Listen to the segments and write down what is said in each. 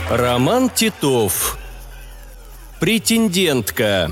Роман Титов. Претендентка.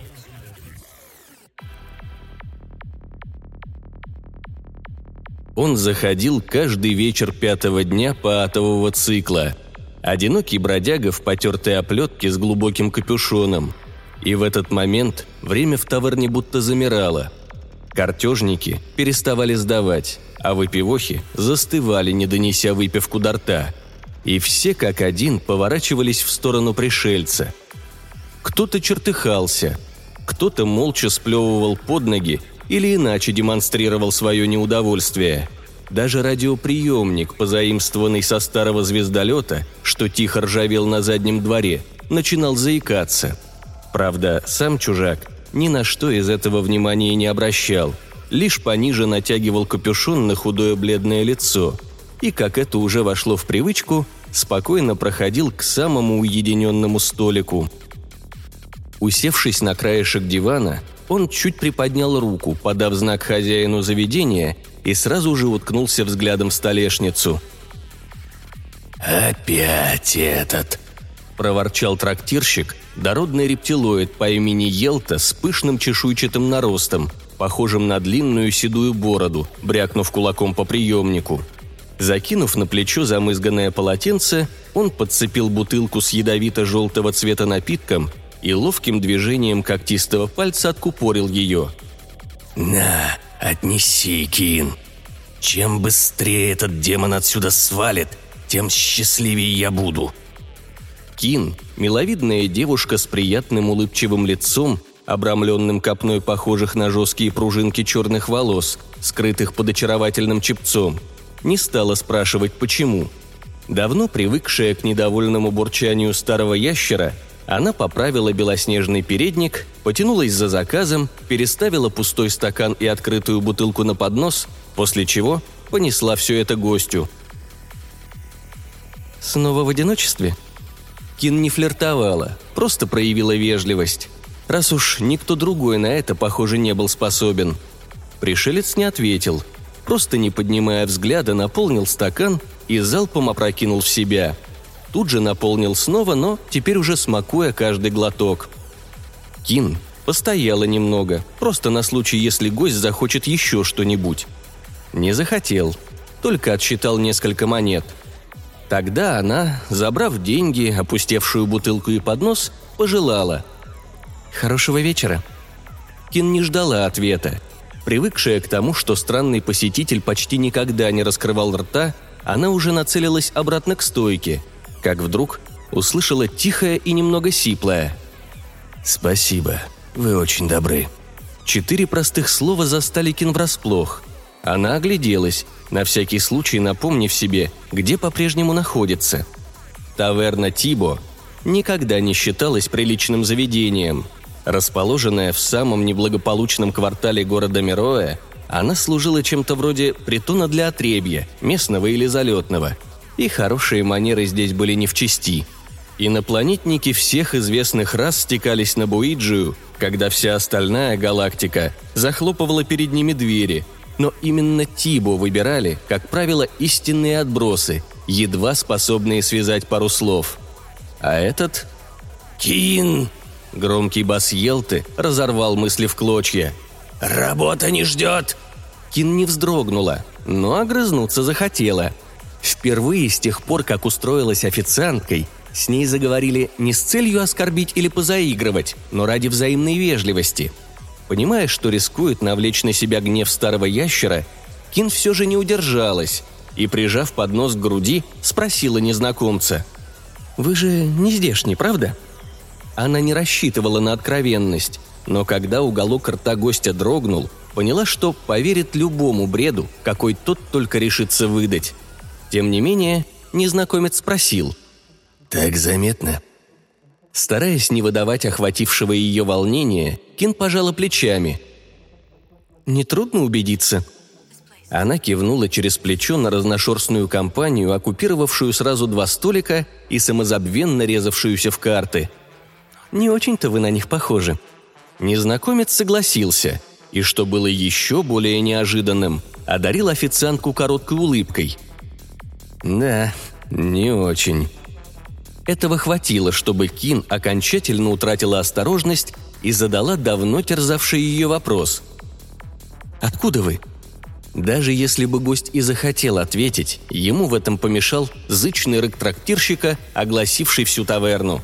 Он заходил каждый вечер 5-го дня паатового цикла. Одинокий бродяга в потертой оплетке с глубоким капюшоном. И в этот момент время в таверне будто замирало. Картежники переставали сдавать, а выпивохи застывали, не донеся выпивку до рта. И все как один поворачивались в сторону пришельца. Кто-то чертыхался, кто-то молча сплевывал под ноги или иначе демонстрировал свое неудовольствие. Даже радиоприемник, позаимствованный со старого звездолета, что тихо ржавел на заднем дворе, начинал заикаться. Правда, сам чужак ни на что из этого внимания не обращал, лишь пониже натягивал капюшон на худое бледное лицо и, как это уже вошло в привычку, спокойно проходил к самому уединенному столику. Усевшись на краешек дивана, он чуть приподнял руку, подав знак хозяину заведения, и сразу же уткнулся взглядом в столешницу. «Опять этот!» – проворчал трактирщик, дородный рептилоид по имени Елта с пышным чешуйчатым наростом, похожим на длинную седую бороду, брякнув кулаком по приемнику. Закинув на плечо замызганное полотенце, он подцепил бутылку с ядовито-желтого цвета напитком и ловким движением когтистого пальца откупорил ее. «На, отнеси, Кин. Чем быстрее этот демон отсюда свалит, тем счастливее я буду». Кин, миловидная девушка с приятным улыбчивым лицом, обрамленным копной похожих на жесткие пружинки черных волос, скрытых под очаровательным чепцом, не стала спрашивать, почему. Давно привыкшая к недовольному бурчанию старого ящера, она поправила белоснежный передник, потянулась за заказом, переставила пустой стакан и открытую бутылку на поднос, после чего понесла все это гостю. «Снова в одиночестве?» Кин не флиртовала, просто проявила вежливость. Раз уж никто другой на это, похоже, не был способен. Пришелец не ответил, просто не поднимая взгляда, наполнил стакан и залпом опрокинул в себя. Тут же наполнил снова, но теперь уже смакуя каждый глоток. Кин постояла немного, просто на случай, если гость захочет еще что-нибудь. Не захотел, только отсчитал несколько монет. Тогда она, забрав деньги, опустевшую бутылку и поднос, пожелала: «Хорошего вечера». Кин не ждала ответа. Привыкшая к тому, что странный посетитель почти никогда не раскрывал рта, она уже нацелилась обратно к стойке, как вдруг услышала тихое и немного сиплое: «Спасибо, вы очень добры». 4 простых слова застали Кин врасплох. Она огляделась, на всякий случай напомнив себе, где по-прежнему находится. Таверна Тибо никогда не считалась приличным заведением. Расположенная в самом неблагополучном квартале города Мироэ, она служила чем-то вроде притона для отребья, местного или залетного. И хорошие манеры здесь были не в чести. Инопланетники всех известных рас стекались на Буиджию, когда вся остальная галактика захлопывала перед ними двери. Но именно Тибо выбирали, как правило, истинные отбросы, едва способные связать пару слов. А этот... «Кин!» – громкий бас Елты разорвал мысли в клочья. «Работа не ждет!» Кин не вздрогнула, но огрызнуться захотела. Впервые с тех пор, как устроилась официанткой, с ней заговорили не с целью оскорбить или позаигрывать, но ради взаимной вежливости. Понимая, что рискует навлечь на себя гнев старого ящера, Кин все же не удержалась и, прижав поднос к груди, спросила незнакомца: «Вы же не здешний, правда?» Она не рассчитывала на откровенность, но когда уголок рта гостя дрогнул, поняла, что поверит любому бреду, какой тот только решится выдать. Тем не менее, незнакомец спросил: «Так заметно?» Стараясь не выдавать охватившего ее волнения, Кин пожала плечами. «Нетрудно убедиться». Она кивнула через плечо на разношерстную компанию, оккупировавшую сразу 2 столика и самозабвенно резавшуюся в карты. «Не очень-то вы на них похожи». Незнакомец согласился, и, что было еще более неожиданным, одарил официантку короткой улыбкой. «Да, не очень». Этого хватило, чтобы Кин окончательно утратила осторожность и задала давно терзавший ее вопрос. «Откуда вы?» Даже если бы гость и захотел ответить, ему в этом помешал зычный рык трактирщика, огласивший всю таверну.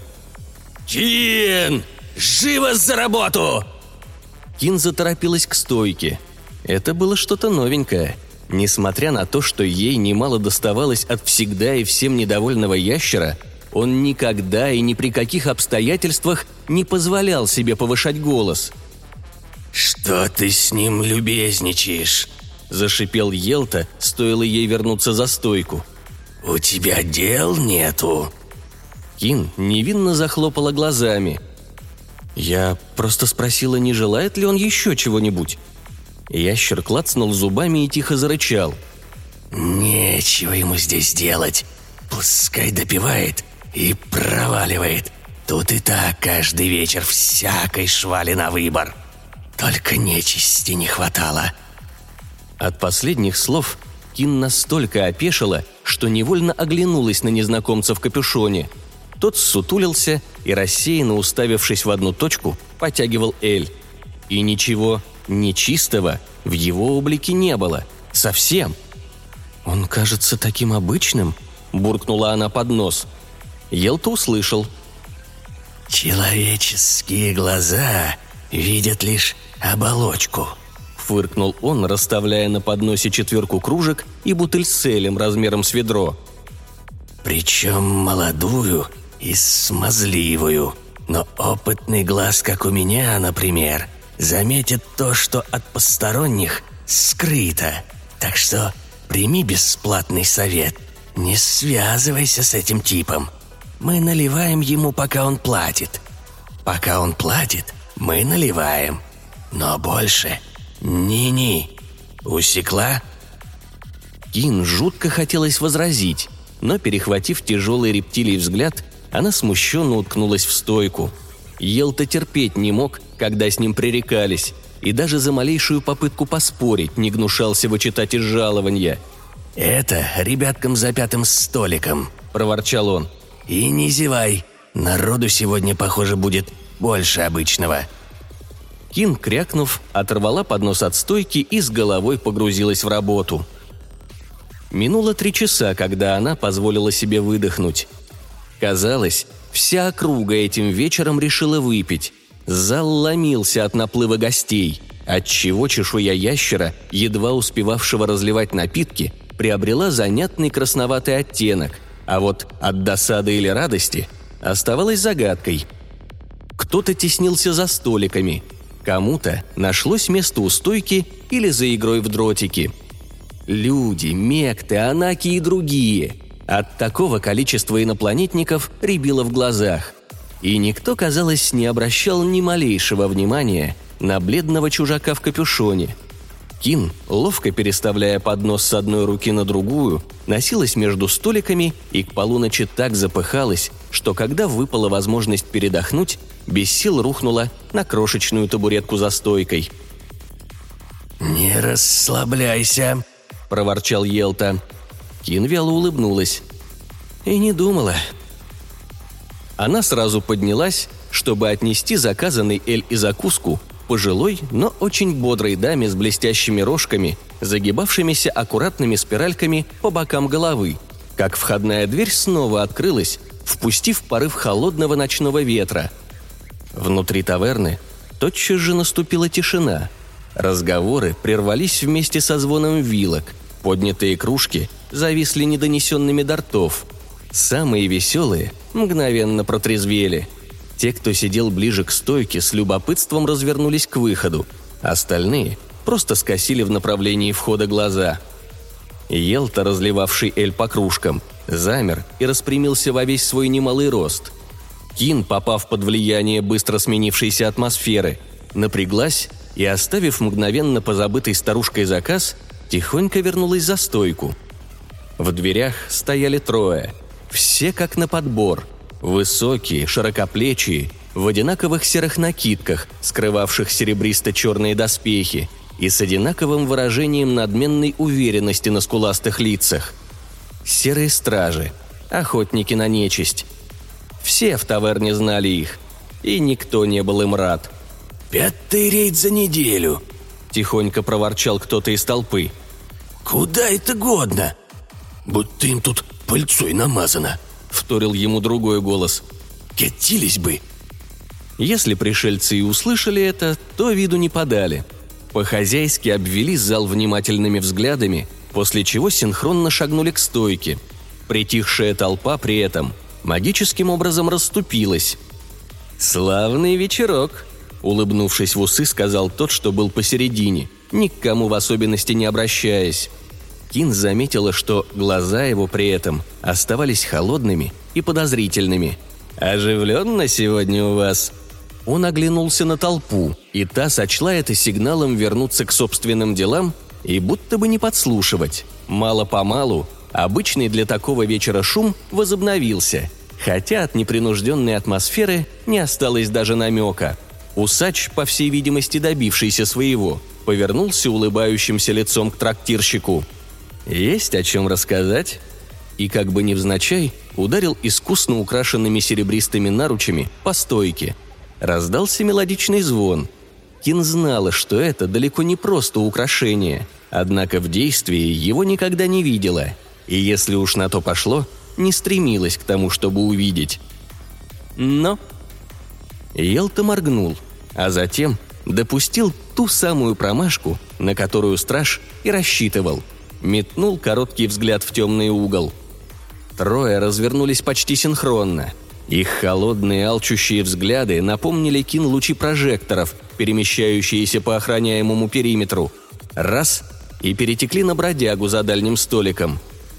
«Кин! Живо за работу!» Кин заторопилась к стойке. Это было что-то новенькое. Несмотря на то, что ей немало доставалось от всегда и всем недовольного ящера, он никогда и ни при каких обстоятельствах не позволял себе повышать голос. «Что ты с ним любезничаешь?» – зашипел Елта, стоило ей вернуться за стойку. «У тебя дел нету?» Кин невинно захлопала глазами. «Я просто спросила, не желает ли он еще чего-нибудь?» Ящер клацнул зубами и тихо зарычал. «Нечего ему здесь делать. Пускай допивает и проваливает. Тут и так каждый вечер всякой швали на выбор. Только нечисти не хватало». От последних слов Кин настолько опешила, что невольно оглянулась на незнакомца в капюшоне. Тот ссутулился и, рассеянно уставившись в одну точку, потягивал эль. И ничего нечистого в его облике не было. Совсем. «Он кажется таким обычным», – буркнула она под нос. Елта услышал. «Человеческие глаза видят лишь оболочку», – фыркнул он, расставляя на подносе 4 кружек и бутыль с элем размером с ведро. «Причем молодую и смазливую. Но опытный глаз, как у меня, например, заметит то, что от посторонних скрыто. Так что прими бесплатный совет. Не связывайся с этим типом. Мы наливаем ему, пока он платит. Пока он платит, мы наливаем. Но больше ни-ни. Усекла?» Кин жутко хотелось возразить, но, перехватив тяжелый рептилий взгляд, она смущенно уткнулась в стойку. Елта терпеть не мог, когда с ним пререкались, и даже за малейшую попытку поспорить не гнушался вычитать из жалования. «Это ребяткам за 5 столиком», – проворчал он. «И не зевай, народу сегодня, похоже, будет больше обычного». Кин, крякнув, оторвала поднос от стойки и с головой погрузилась в работу. Минуло 3 часа, когда она позволила себе выдохнуть. Казалось, вся округа этим вечером решила выпить. Зал ломился от наплыва гостей, отчего чешуя ящера, едва успевавшего разливать напитки, приобрела занятный красноватый оттенок, а вот от досады или радости оставалась загадкой. Кто-то теснился за столиками, кому-то нашлось место у стойки или за игрой в дротики. Люди, мекты, анаки и другие. От такого количества инопланетников рябило в глазах. И никто, казалось, не обращал ни малейшего внимания на бледного чужака в капюшоне. Кин, ловко переставляя поднос с одной руки на другую, носилась между столиками и к полуночи так запыхалась, что когда выпала возможность передохнуть, без сил рухнула на крошечную табуретку за стойкой. «Не расслабляйся», – проворчал Елта. Кин вяло улыбнулась. «И не думала». Она сразу поднялась, чтобы отнести заказанный эль и закуску пожилой, но очень бодрой даме с блестящими рожками, загибавшимися аккуратными спиральками по бокам головы, как входная дверь снова открылась, впустив порыв холодного ночного ветра. Внутри таверны тотчас же наступила тишина. Разговоры прервались вместе со звоном вилок, поднятые кружки зависли недонесенными до ртов. Самые веселые мгновенно протрезвели. Те, кто сидел ближе к стойке, с любопытством развернулись к выходу. Остальные просто скосили в направлении входа глаза. Елта, разливавший эль по кружкам, замер и распрямился во весь свой немалый рост. Кин, попав под влияние быстро сменившейся атмосферы, напряглась и, оставив мгновенно позабытый старушкой заказ, тихонько вернулась за стойку. В дверях стояли 3, все как на подбор. Высокие, широкоплечие, в одинаковых серых накидках, скрывавших серебристо-черные доспехи, и с одинаковым выражением надменной уверенности на скуластых лицах. Серые стражи, охотники на нечисть. Все в таверне знали их, и никто не был им рад. «5-й рейд за неделю», – тихонько проворчал кто-то из толпы. «Куда это годно? Будто им тут пыльцой намазано», – вторил ему другой голос. «Катились бы». Если пришельцы и услышали это, то виду не подали. По-хозяйски обвели зал внимательными взглядами, после чего синхронно шагнули к стойке. Притихшая толпа при этом магическим образом расступилась. «Славный вечерок», – улыбнувшись в усы, сказал тот, что был посередине, ни к кому в особенности не обращаясь. Кин заметила, что глаза его при этом оставались холодными и подозрительными. «Оживленно сегодня у вас?» Он оглянулся на толпу, и та сочла это сигналом вернуться к собственным делам и будто бы не подслушивать. Мало-помалу обычный для такого вечера шум возобновился, хотя от непринужденной атмосферы не осталось даже намека. Усач, по всей видимости добившийся своего, повернулся улыбающимся лицом к трактирщику. «Есть о чем рассказать?» И как бы невзначай ударил искусно украшенными серебристыми наручами по стойке. Раздался мелодичный звон. Кин знала, что это далеко не просто украшение, однако в действии его никогда не видела, и если уж на то пошло, не стремилась к тому, чтобы увидеть. Но Елта моргнул, а затем допустил ту самую промашку, на которую страж и рассчитывал. Метнул короткий взгляд в темный угол. Трое развернулись почти синхронно. Их холодные алчущие взгляды напомнили Кин лучи прожекторов, перемещающиеся по охраняемому периметру. Раз – и перетекли на бродягу за дальним столиком.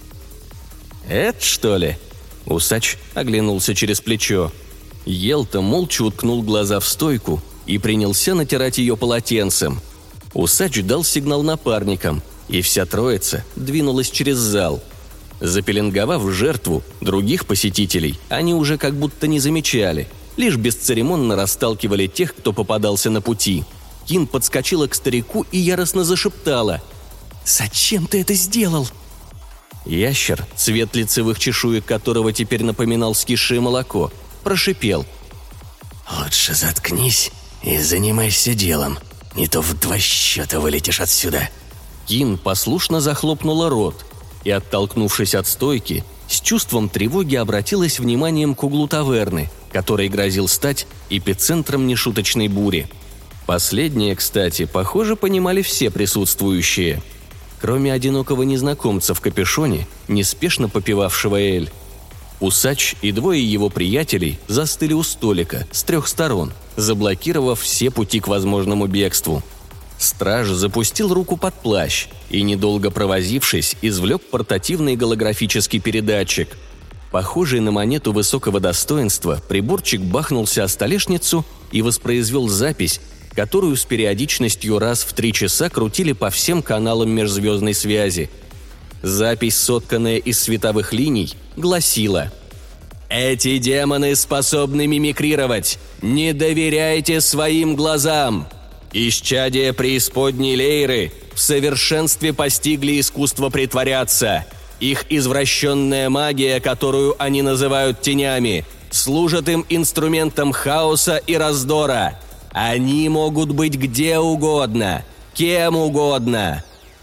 «Это что ли?» Усач оглянулся через плечо. Елта молча уткнул глаза в стойку и принялся натирать ее полотенцем. Усач дал сигнал напарникам, и вся троица двинулась через зал. Запеленговав жертву других посетителей, они уже как будто не замечали, лишь бесцеремонно расталкивали тех, кто попадался на пути. Кин подскочила к старику и яростно зашептала: «Зачем ты это сделал?» Ящер, цвет лицевых чешуек которого теперь напоминал скисшее молоко, прошипел: «Лучше заткнись и занимайся делом, не то в 2 счета вылетишь отсюда». Кин послушно захлопнула рот и, оттолкнувшись от стойки, с чувством тревоги обратилась вниманием к углу таверны, который грозил стать эпицентром нешуточной бури. Последнее, кстати, похоже, понимали все присутствующие, кроме одинокого незнакомца в капюшоне, неспешно попивавшего эль. Усач и 2 его приятелей застыли у столика с 3 сторон, заблокировав все пути к возможному бегству. Страж запустил руку под плащ и, недолго провозившись, извлек портативный голографический передатчик. Похожий на монету высокого достоинства, приборчик бахнулся о столешницу и воспроизвел запись, которую с периодичностью раз в 3 часа крутили по всем каналам межзвездной связи. Запись, сотканная из световых линий, гласила: «Эти демоны способны мимикрировать! Не доверяйте своим глазам! Исчадия преисподней Лейры в совершенстве постигли искусство притворяться. Их извращенная магия, которую они называют тенями, служит им инструментом хаоса и раздора. Они могут быть где угодно, кем угодно.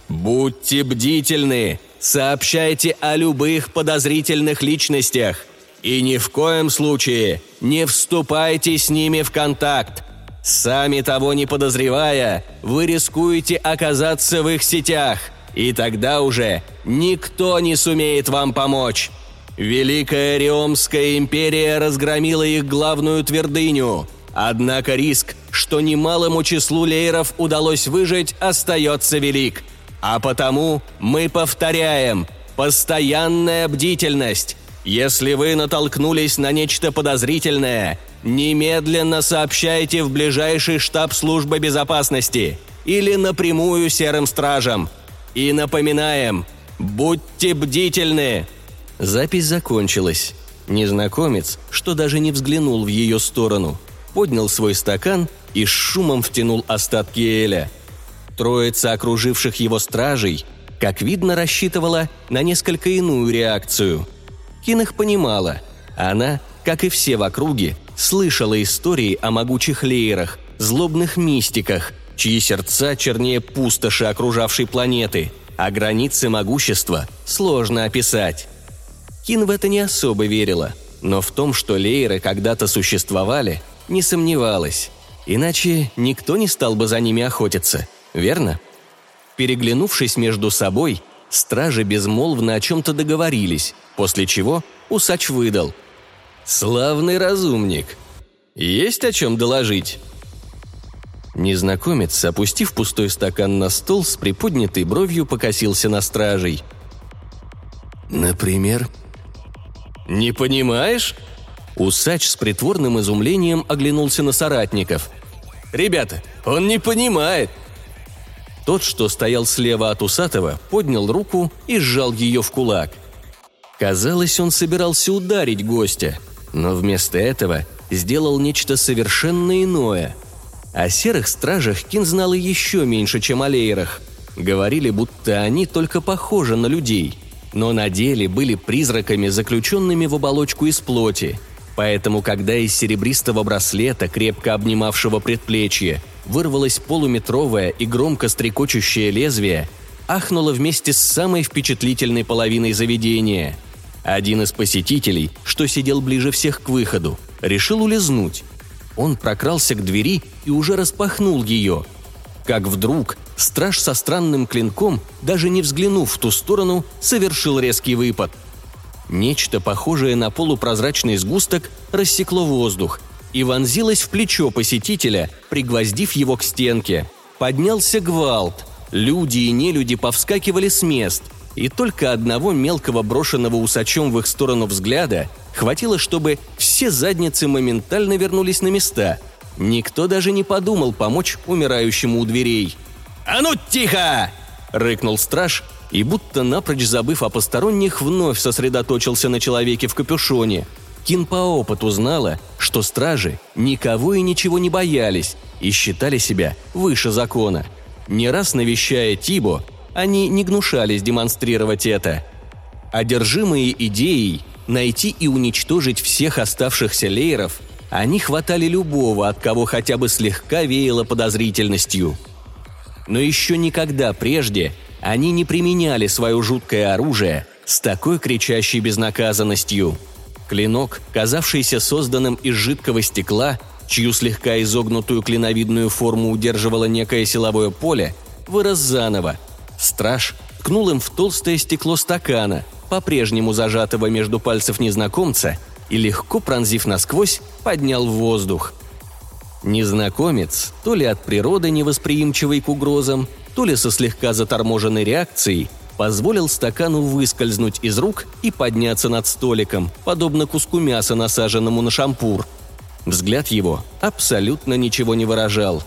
Будьте бдительны, сообщайте о любых подозрительных личностях и ни в коем случае не вступайте с ними в контакт. Сами того не подозревая, вы рискуете оказаться в их сетях, и тогда уже никто не сумеет вам помочь. Великая Риомская империя разгромила их главную твердыню, однако риск, что немалому числу лейров удалось выжить, остается велик. А потому мы повторяем: постоянная бдительность. Если вы натолкнулись на нечто подозрительное, немедленно сообщайте в ближайший штаб службы безопасности или напрямую серым стражам. И напоминаем: будьте бдительны!» Запись закончилась. Незнакомец, что даже не взглянул в ее сторону, поднял свой стакан и с шумом втянул остатки эля. Троица окруживших его стражей, как видно, рассчитывала на несколько иную реакцию. Кин их понимала. Она как и все в округе, слышала истории о могучих леерах, злобных мистиках, чьи сердца чернее пустоши окружавшей планеты, а границы могущества сложно описать. Кин в это не особо верила, но в том, что лееры когда-то существовали, не сомневалась. Иначе никто не стал бы за ними охотиться, верно? Переглянувшись между собой, стражи безмолвно о чем-то договорились, после чего усач выдал: «Славный разумник. Есть о чем доложить?» Незнакомец, опустив пустой стакан на стол, с приподнятой бровью покосился на стражей. «Например?» «Не понимаешь?» Усач с притворным изумлением оглянулся на соратников. «Ребята, он не понимает!» Тот, что стоял слева от усатого, поднял руку и сжал ее в кулак. Казалось, он собирался ударить гостя, но вместо этого сделал нечто совершенно иное. О серых стражах Кин знала еще меньше, чем о леерах. Говорили, будто они только похожи на людей, но на деле были призраками, заключенными в оболочку из плоти. Поэтому, когда из серебристого браслета, крепко обнимавшего предплечье, вырвалось полуметровое и громко стрекочущее лезвие, ахнуло вместе с самой впечатлительной половиной заведения. Один из посетителей, что сидел ближе всех к выходу, решил улизнуть. Он прокрался к двери и уже распахнул ее. Как вдруг страж со странным клинком, даже не взглянув в ту сторону, совершил резкий выпад. Нечто, похожее на полупрозрачный сгусток, рассекло воздух и вонзилось в плечо посетителя, пригвоздив его к стенке. Поднялся гвалт. Люди и нелюди повскакивали с мест, и только одного мелкого брошенного усачом в их сторону взгляда хватило, чтобы все задницы моментально вернулись на места. Никто даже не подумал помочь умирающему у дверей. «А ну тихо!» – рыкнул страж, и, будто напрочь забыв о посторонних, вновь сосредоточился на человеке в капюшоне. Кин по опыту знала, что стражи никого и ничего не боялись и считали себя выше закона. Не раз навещая Тибо, они не гнушались демонстрировать это. Одержимые идеей найти и уничтожить всех оставшихся лееров, они хватали любого, от кого хотя бы слегка веяло подозрительностью. Но еще никогда прежде они не применяли свое жуткое оружие с такой кричащей безнаказанностью. Клинок, казавшийся созданным из жидкого стекла, чью слегка изогнутую клиновидную форму удерживало некое силовое поле, вырос заново. Страж ткнул им в толстое стекло стакана, по-прежнему зажатого между пальцев незнакомца, и, легко пронзив насквозь, поднял в воздух. Незнакомец, то ли от природы невосприимчивый к угрозам, то ли со слегка заторможенной реакцией, позволил стакану выскользнуть из рук и подняться над столиком, подобно куску мяса, насаженному на шампур. Взгляд его абсолютно ничего не выражал.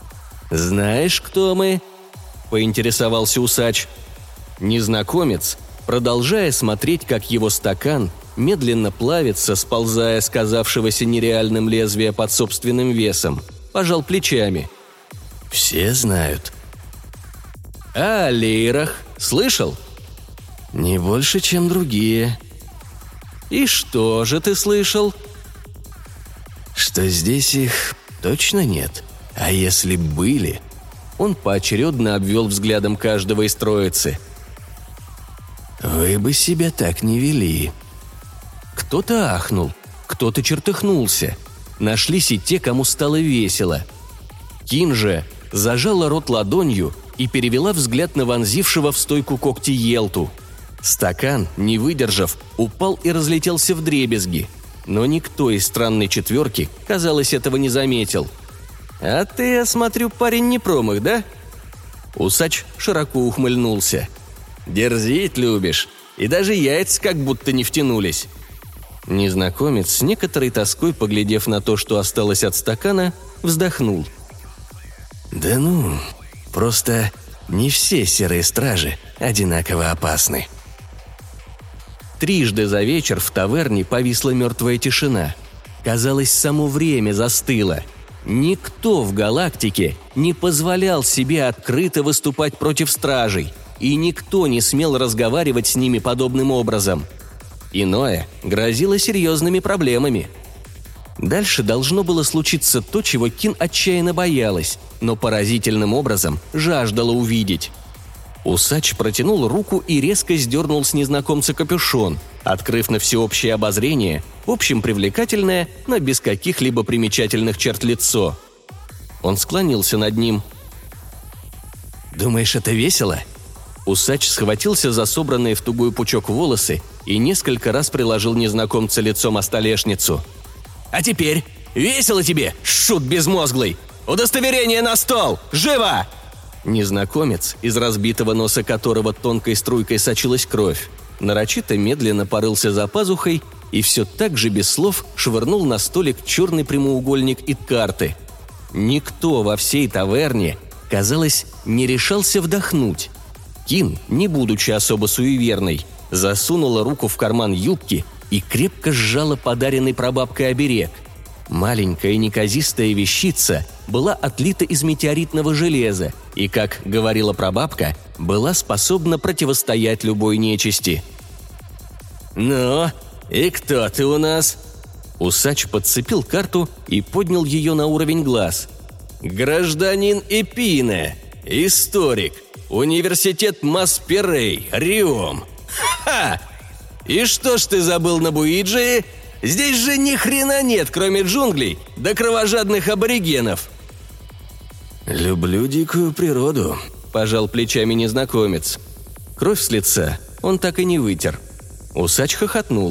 «Знаешь, кто мы?» – поинтересовался усач. Незнакомец, продолжая смотреть, как его стакан медленно плавится, сползая с казавшегося нереальным лезвия под собственным весом, пожал плечами. «Все знают». «А о леерах слышал?» «Не больше, чем другие». «И что же ты слышал?» «Что здесь их точно нет. А если были...» Он поочередно обвел взглядом каждого из троицы. «Вы бы себя так не вели». Кто-то ахнул, кто-то чертыхнулся. Нашлись и те, кому стало весело. Кин же зажала рот ладонью и перевела взгляд на вонзившего в стойку когти Елту. Стакан, не выдержав, упал и разлетелся вдребезги. Но никто из странной четверки, казалось, этого не заметил. «А ты, я смотрю, парень не промах, да?» Усач широко ухмыльнулся. «Дерзить любишь, и даже яйца как будто не втянулись». Незнакомец, с некоторой тоской поглядев на то, что осталось от стакана, вздохнул. «Да ну, просто не все серые стражи одинаково опасны». Трижды за вечер в таверне повисла мертвая тишина. Казалось, само время застыло. Никто в галактике не позволял себе открыто выступать против стражей, и никто не смел разговаривать с ними подобным образом. Иное грозило серьезными проблемами. Дальше должно было случиться то, чего Кин отчаянно боялась, но поразительным образом жаждала увидеть. Усач протянул руку и резко сдернул с незнакомца капюшон, открыв на всеобщее обозрение в общем привлекательное, но без каких-либо примечательных черт лицо. Он склонился над ним. «Думаешь, это весело?» Усач схватился за собранные в тугой пучок волосы и несколько раз приложил незнакомца лицом о столешницу. «А теперь? Весело тебе, шут безмозглый! Удостоверение на стол! Живо!» Незнакомец, из разбитого носа которого тонкой струйкой сочилась кровь, нарочито медленно порылся за пазухой и все так же без слов швырнул на столик черный прямоугольник и карты. Никто во всей таверне, казалось, не решался вдохнуть. Кин, не будучи особо суеверной, засунула руку в карман юбки и крепко сжала подаренный прабабкой оберег. Маленькая неказистая вещица была отлита из метеоритного железа и, как говорила прабабка, была способна противостоять любой нечисти. «Ну, и кто ты у нас?» Усач подцепил карту и поднял ее на уровень глаз. «Гражданин Эпине, историк, университет Масперей, Риом. Ха! И что ж ты забыл на Буиджии? Здесь же ни хрена нет, кроме джунглей да кровожадных аборигенов». «Люблю дикую природу», – пожал плечами незнакомец. Кровь с лица он так и не вытер. Усач хохотнул.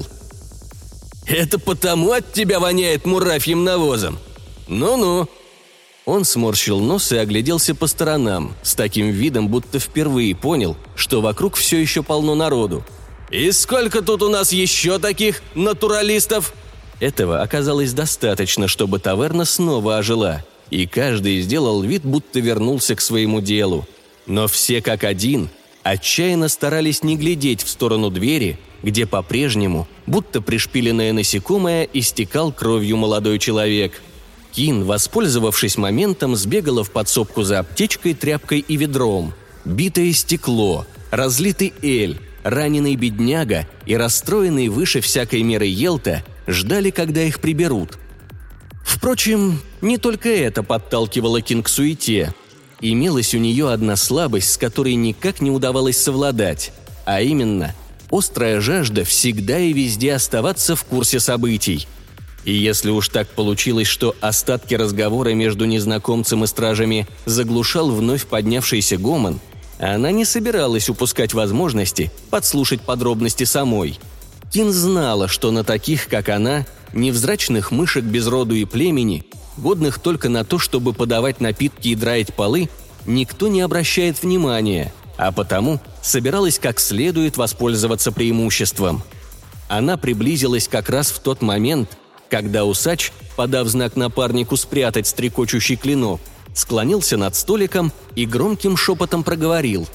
«Это потому от тебя воняет муравьим навозом? Ну-ну». Он сморщил нос и огляделся по сторонам, с таким видом, будто впервые понял, что вокруг все еще полно народу. «И сколько тут у нас еще таких натуралистов?» Этого оказалось достаточно, чтобы таверна снова ожила, и каждый сделал вид, будто вернулся к своему делу. Но все как один отчаянно старались не глядеть в сторону двери, где по-прежнему, будто пришпиленное насекомое, истекал кровью молодой человек. Кин, воспользовавшись моментом, сбегала в подсобку за аптечкой, тряпкой и ведром. Битое стекло, разлитый эль, раненый бедняга и расстроенный выше всякой меры Елта ждали, когда их приберут. Впрочем, не только это подталкивало Кин к суете. Имелась у нее одна слабость, с которой никак не удавалось совладать, а именно острая жажда всегда и везде оставаться в курсе событий. И если уж так получилось, что остатки разговора между незнакомцем и стражами заглушал вновь поднявшийся гомон, она не собиралась упускать возможности подслушать подробности самой. Кин знала, что на таких, как она, невзрачных мышек без роду и племени, годных только на то, чтобы подавать напитки и драить полы, никто не обращает внимания, а потому собиралась как следует воспользоваться преимуществом. Она приблизилась как раз в тот момент, когда усач, подав знак напарнику спрятать стрекочущий клинок, склонился над столиком и громким шепотом проговорил: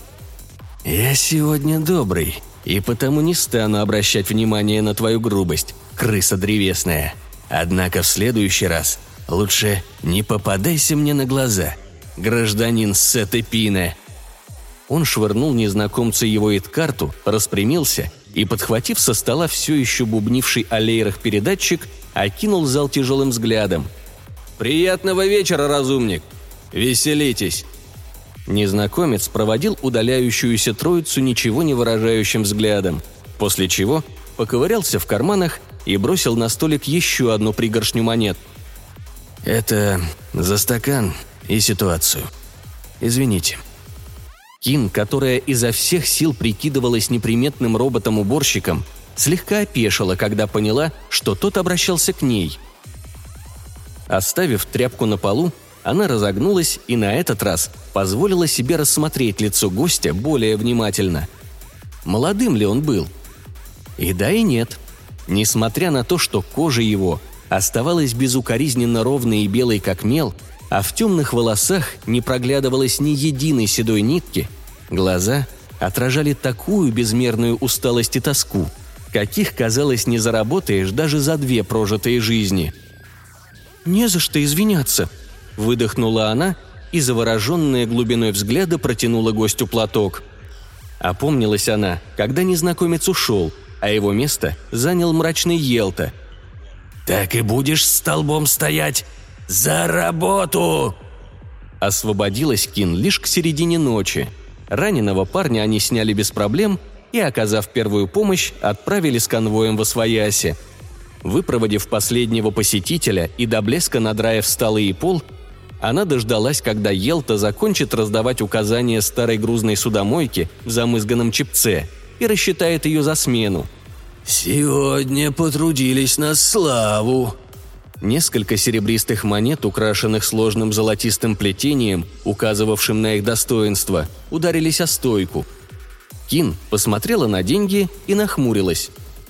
«Я сегодня добрый, и потому не стану обращать внимание на твою грубость, крыса древесная. Однако в следующий раз лучше не попадайся мне на глаза, гражданин Сет-Эпине». Он швырнул незнакомцу его эдкарту, распрямился и, подхватив со стола все еще бубнивший о лейрах передатчик, окинул зал тяжелым взглядом. «Приятного вечера, разумник! Веселитесь!» Незнакомец проводил удаляющуюся троицу ничего не выражающим взглядом, после чего поковырялся в карманах и бросил на столик еще одну пригоршню монет. «Это за стакан и ситуацию. Извините». Кин, которая изо всех сил прикидывалась неприметным роботом-уборщиком, слегка опешила, когда поняла, что тот обращался к ней. Оставив тряпку на полу, она разогнулась и на этот раз позволила себе рассмотреть лицо гостя более внимательно. Молодым ли он был? И да, и нет. Несмотря на то, что кожа его оставалась безукоризненно ровной и белой, как мел, а в темных волосах не проглядывалось ни единой седой нитки, глаза отражали такую безмерную усталость и тоску, каких, казалось, не заработаешь даже за 2 прожитые жизни. «Не за что извиняться», – выдохнула она и, завороженная глубиной взгляда, протянула гостю платок. Опомнилась она, когда незнакомец ушел, а его место занял мрачный Елта. «Так и будешь столбом стоять? За работу!» Освободилась Кин лишь к середине ночи. Раненого парня они сняли без проблем и, оказав первую помощь, отправили с конвоем восвояси. Выпроводив последнего посетителя и до блеска надраив столы и пол, она дождалась, когда Елта закончит раздавать указания старой грузной судомойке в замызганном чепце и рассчитает ее за смену. «Сегодня потрудились на славу!» Несколько серебристых монет, украшенных сложным золотистым плетением, указывавшим на их достоинство, ударились о стойку. Кин посмотрела на деньги и нахмурилась.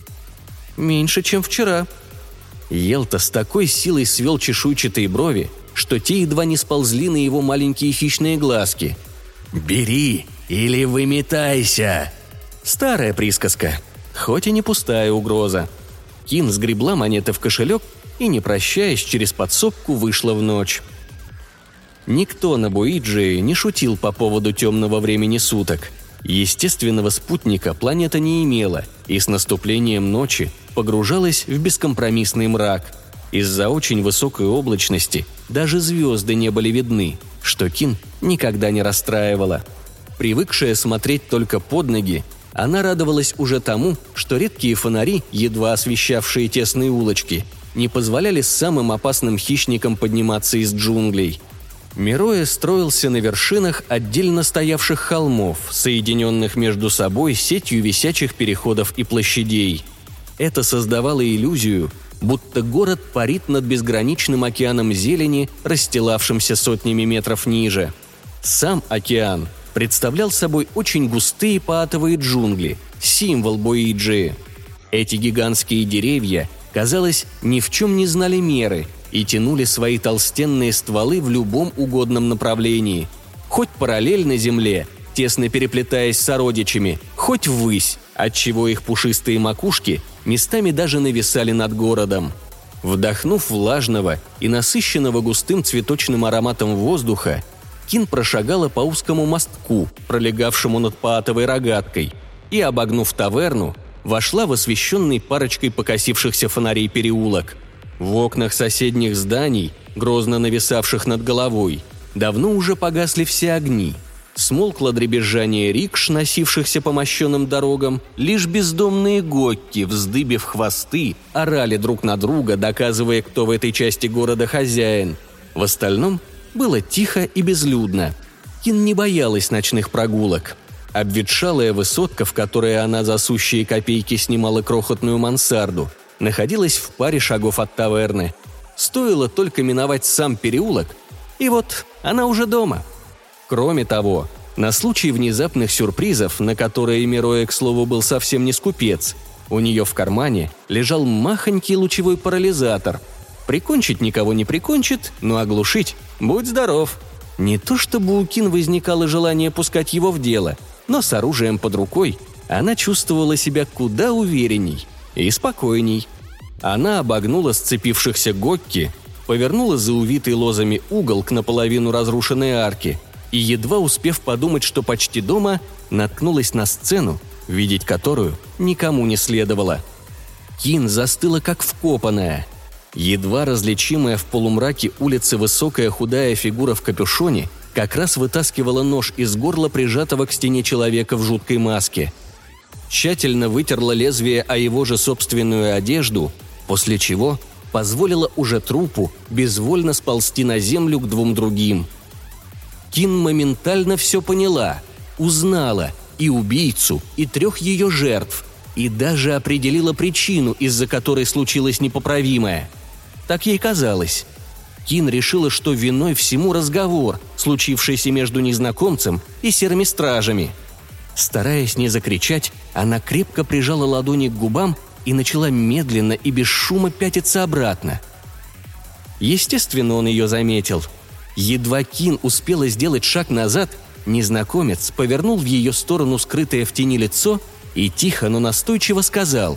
«Меньше, чем вчера». Елта с такой силой свел чешуйчатые брови, что те едва не сползли на его маленькие хищные глазки. «Бери или выметайся!» Старая присказка, хоть и не пустая угроза. Кин сгребла монеты в кошелек и, не прощаясь, через подсобку вышла в ночь. Никто на Боиджии не шутил по поводу темного времени суток. Естественного спутника планета не имела и с наступлением ночи погружалась в бескомпромиссный мрак. Из-за очень высокой облачности даже звезды не были видны, что Кин никогда не расстраивала. Привыкшая смотреть только под ноги, она радовалась уже тому, что редкие фонари, едва освещавшие тесные улочки, не позволяли самым опасным хищникам подниматься из джунглей. Мироя строился на вершинах отдельно стоявших холмов, соединенных между собой сетью висячих переходов и площадей. Это создавало иллюзию, будто город парит над безграничным океаном зелени, расстилавшимся сотнями метров ниже. Сам океан представлял собой очень густые паатовые джунгли, символ Боиджии. Эти гигантские деревья, казалось, ни в чем не знали меры и тянули свои толстенные стволы в любом угодном направлении, хоть параллельно земле, тесно переплетаясь с сородичами, хоть ввысь, отчего их пушистые макушки местами даже нависали над городом. Вдохнув влажного и насыщенного густым цветочным ароматом воздуха, Кин прошагала по узкому мостку, пролегавшему над паатовой рогаткой, и, обогнув таверну, вошла в освещенный парочкой покосившихся фонарей переулок. В окнах соседних зданий, грозно нависавших над головой, давно уже погасли все огни. Смолкло дребезжание рикш, носившихся по мощенным дорогам, лишь бездомные гокки, вздыбив хвосты, орали друг на друга, доказывая, кто в этой части города хозяин. В остальном было тихо и безлюдно. Кин не боялась ночных прогулок. Обветшалая высотка, в которой она за сущие копейки снимала крохотную мансарду, находилась в паре шагов от таверны. Стоило только миновать сам переулок, и вот она уже дома. Кроме того, на случай внезапных сюрпризов, на которые Мироя, к слову, был совсем не скупец, у нее в кармане лежал махонький лучевой парализатор. Прикончить никого не прикончит, но оглушить – будь здоров. Не то чтобы у Кин возникало желание пускать его в дело, но с оружием под рукой она чувствовала себя куда уверенней и спокойней. Она обогнула сцепившихся гокки, повернула за увитый лозами угол к наполовину разрушенной арке и, едва успев подумать, что почти дома, наткнулась на сцену, видеть которую никому не следовало. Кин застыла как вкопанная. Едва различимая в полумраке улицы высокая худая фигура в капюшоне как раз вытаскивала нож из горла прижатого к стене человека в жуткой маске. Тщательно вытерла лезвие о его же собственную одежду, после чего позволила уже трупу безвольно сползти на землю к двум другим. Кин моментально все поняла, узнала и убийцу, и 3 ее жертв, и даже определила причину, из-за которой случилось непоправимое. Так ей казалось. Кин решила, что виной всему разговор, случившийся между незнакомцем и серыми стражами. Стараясь не закричать, она крепко прижала ладони к губам и начала медленно и без шума пятиться обратно. Естественно, он ее заметил. Едва Кин успела сделать шаг назад, незнакомец повернул в ее сторону скрытое в тени лицо и тихо, но настойчиво сказал: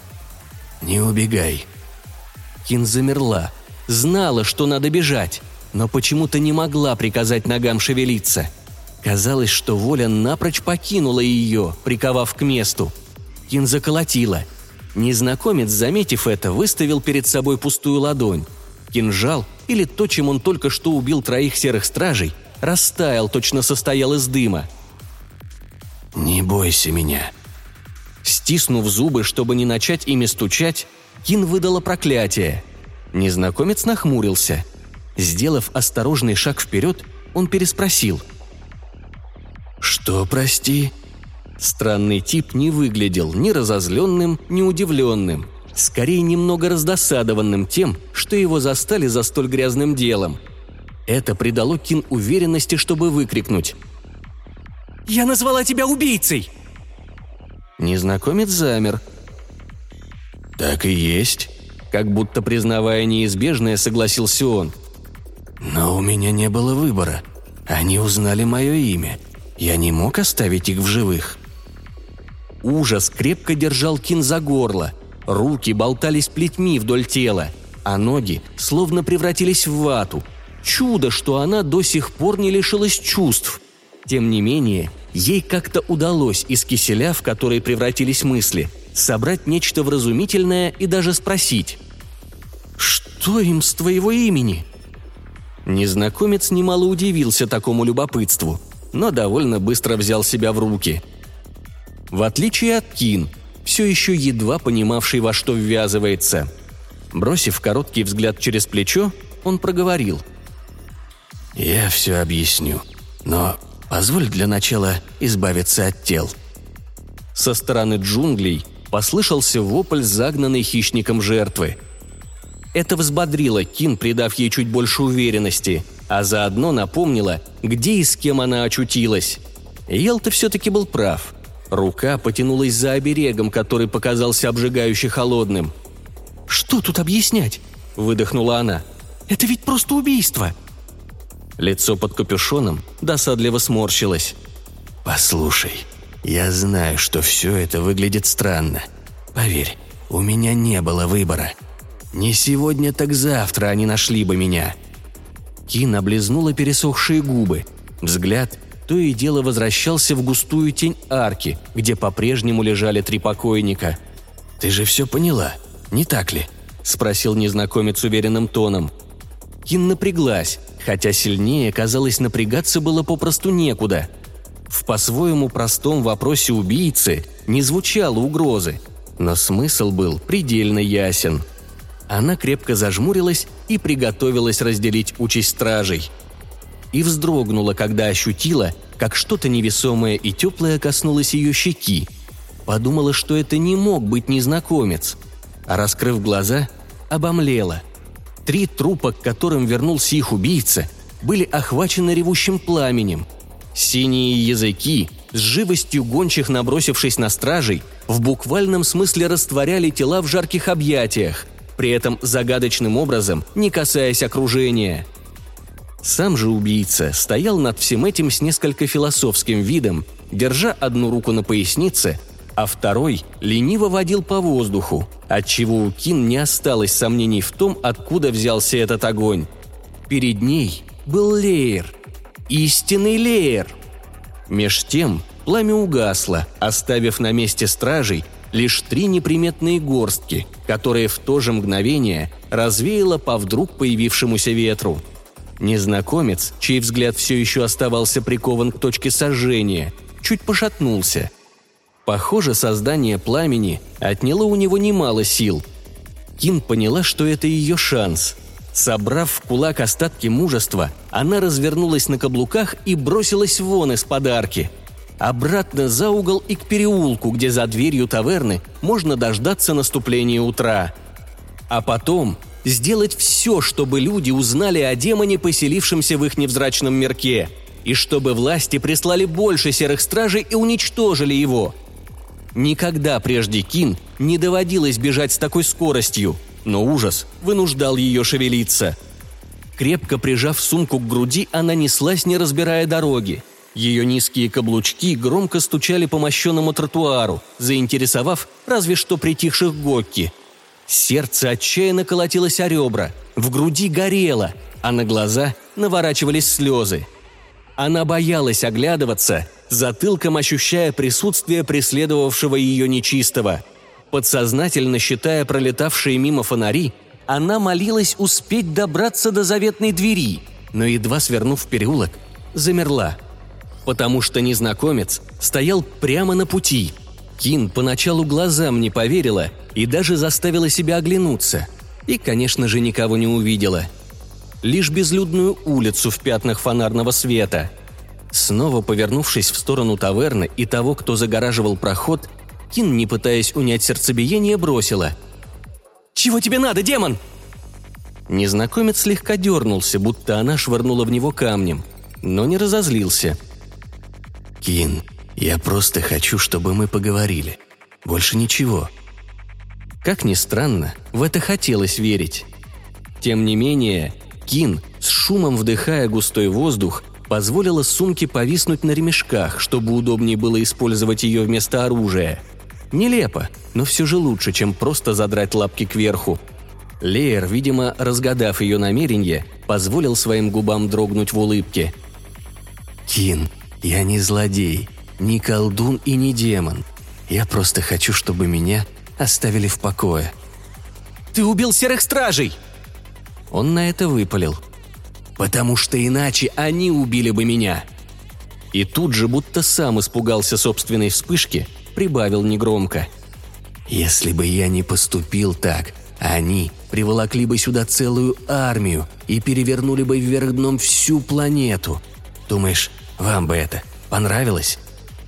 «Не убегай». Кин замерла, знала, что надо бежать, но почему-то не могла приказать ногам шевелиться. Казалось, что воля напрочь покинула ее, приковав к месту. Кин заколотила. Незнакомец, заметив это, выставил перед собой пустую ладонь. Кинжал, или то, чем он только что убил 3 серых стражей, растаял, точно состоял из дыма. «Не бойся меня». Стиснув зубы, чтобы не начать ими стучать, Кин выдала проклятие. Незнакомец нахмурился. Сделав осторожный шаг вперед, он переспросил. «Что, прости?» Странный тип не выглядел ни разозленным, ни удивленным. Скорее, немного раздосадованным тем, что его застали за столь грязным делом. Это придало Кин уверенности, чтобы выкрикнуть: «Я назвала тебя убийцей!» Незнакомец замер. «Так и есть», — как будто признавая неизбежное, согласился он. «Но у меня не было выбора. Они узнали мое имя. Я не мог оставить их в живых». Ужас крепко держал Кин за горло. Руки болтались плетьми вдоль тела, а ноги словно превратились в вату. Чудо, что она до сих пор не лишилась чувств. Тем не менее, ей как-то удалось из киселя, в который превратились мысли, собрать нечто вразумительное и даже спросить: «Что им с твоего имени?» Незнакомец немало удивился такому любопытству, но довольно быстро взял себя в руки. В отличие от Кин, все еще едва понимавший, во что ввязывается. Бросив короткий взгляд через плечо, он проговорил: «Я все объясню, но позволь для начала избавиться от тел». Со стороны джунглей послышался вопль загнанной хищником жертвы. Это взбодрило Кин, придав ей чуть больше уверенности, а заодно напомнило, где и с кем она очутилась. Ялта все-таки был прав. Рука потянулась за оберегом, который показался обжигающе холодным. «Что тут объяснять?» – выдохнула она. «Это ведь просто убийство!» Лицо под капюшоном досадливо сморщилось. «Послушай, я знаю, что все это выглядит странно. Поверь, у меня не было выбора. Не сегодня, так завтра они нашли бы меня». Кин облизнула пересохшие губы. Взгляд то и дело возвращался в густую тень арки, где по-прежнему лежали 3 покойника. «Ты же все поняла, не так ли?» – спросил незнакомец уверенным тоном. Кин напряглась, хотя сильнее, казалось, напрягаться было попросту некуда. В по-своему простом вопросе убийцы не звучало угрозы, но смысл был предельно ясен. Она крепко зажмурилась и приготовилась разделить участь стражей. И вздрогнула, когда ощутила, как что-то невесомое и теплое коснулось ее щеки. Подумала, что это не мог быть незнакомец. А раскрыв глаза, обомлела. 3 трупа, к которым вернулся их убийца, были охвачены ревущим пламенем. Синие языки, с живостью гончих набросившись на стражей, в буквальном смысле растворяли тела в жарких объятиях, при этом загадочным образом не касаясь окружения. Сам же убийца стоял над всем этим с несколько философским видом, держа одну руку на пояснице, а второй лениво водил по воздуху, отчего у Кин не осталось сомнений в том, откуда взялся этот огонь. Перед ней был Леер. Истинный Леер. Меж тем пламя угасло, оставив на месте стражей лишь 3 неприметные горстки, которые в то же мгновение развеяло по вдруг появившемуся ветру. Незнакомец, чей взгляд все еще оставался прикован к точке сожжения, чуть пошатнулся. Похоже, создание пламени отняло у него немало сил. Кин поняла, что это ее шанс. Собрав в кулак остатки мужества, она развернулась на каблуках и бросилась вон из подарки. Обратно за угол и к переулку, где за дверью таверны можно дождаться наступления утра. А потом сделать все, чтобы люди узнали о демоне, поселившемся в их невзрачном мирке, и чтобы власти прислали больше серых стражей и уничтожили его. Никогда прежде Кин не доводилось бежать с такой скоростью, но ужас вынуждал ее шевелиться. Крепко прижав сумку к груди, она неслась, не разбирая дороги. Ее низкие каблучки громко стучали по мощенному тротуару, заинтересовав разве что притихших гокки. Сердце отчаянно колотилось о ребра, в груди горело, а на глаза наворачивались слезы. Она боялась оглядываться затылком ощущая присутствие преследовавшего ее нечистого. Подсознательно считая пролетавшие мимо фонари, она молилась успеть добраться до заветной двери, но, едва свернув в переулок, замерла. Потому что незнакомец стоял прямо на пути. Кин поначалу глазам не поверила и даже заставила себя оглянуться. И, конечно же, никого не увидела. Лишь безлюдную улицу в пятнах фонарного света. Снова повернувшись в сторону таверны и того, кто загораживал проход, Кин, не пытаясь унять сердцебиение, бросила: «Чего тебе надо, демон?» Незнакомец слегка дернулся, будто она швырнула в него камнем, но не разозлился. «Кин, я просто хочу, чтобы мы поговорили. Больше ничего». Как ни странно, в это хотелось верить. Тем не менее, Кин, с шумом вдыхая густой воздух, позволила сумке повиснуть на ремешках, чтобы удобнее было использовать ее вместо оружия. Нелепо, но все же лучше, чем просто задрать лапки кверху. Леер, видимо, разгадав ее намерение, позволил своим губам дрогнуть в улыбке. «Кин, я не злодей, не колдун и не демон. Я просто хочу, чтобы меня оставили в покое». «Ты убил серых стражей!» Он на это выпалил. «Потому что иначе они убили бы меня!» И тут же, будто сам испугался собственной вспышки, прибавил негромко. «Если бы я не поступил так, они приволокли бы сюда целую армию и перевернули бы вверх дном всю планету. Думаешь, вам бы это понравилось?»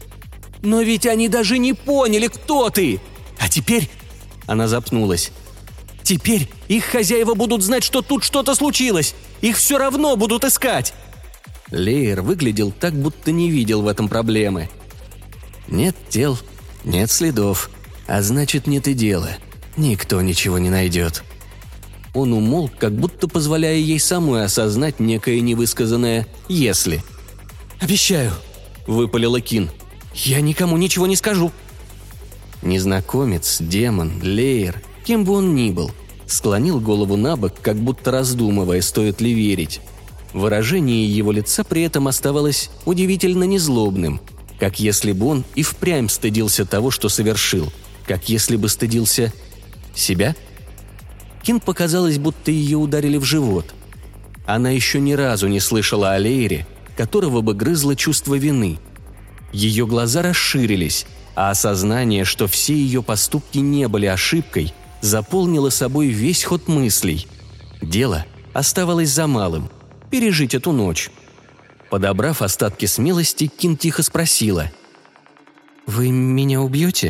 «Но ведь они даже не поняли, кто ты! А теперь...» Она запнулась. «Теперь их хозяева будут знать, что тут что-то случилось! Их все равно будут искать!» Леер выглядел так, будто не видел в этом проблемы. «Нет тел, нет следов, а значит, нет и дела. Никто ничего не найдет». Он умолк, как будто позволяя ей самой осознать некое невысказанное «если». «Обещаю», — выпалила Кин. «Я никому ничего не скажу». Незнакомец, демон, Леер, кем бы он ни был, склонил голову набок, как будто раздумывая, стоит ли верить. Выражение его лица при этом оставалось удивительно незлобным, как если бы он и впрямь стыдился того, что совершил, как если бы стыдился себя. Кин показалось, будто ее ударили в живот. Она еще ни разу не слышала о Леере, которого бы грызло чувство вины. Ее глаза расширились, а осознание, что все ее поступки не были ошибкой, заполнило собой весь ход мыслей. Дело оставалось за малым – пережить эту ночь. Подобрав остатки смелости, Кин тихо спросила: «Вы меня убьете?»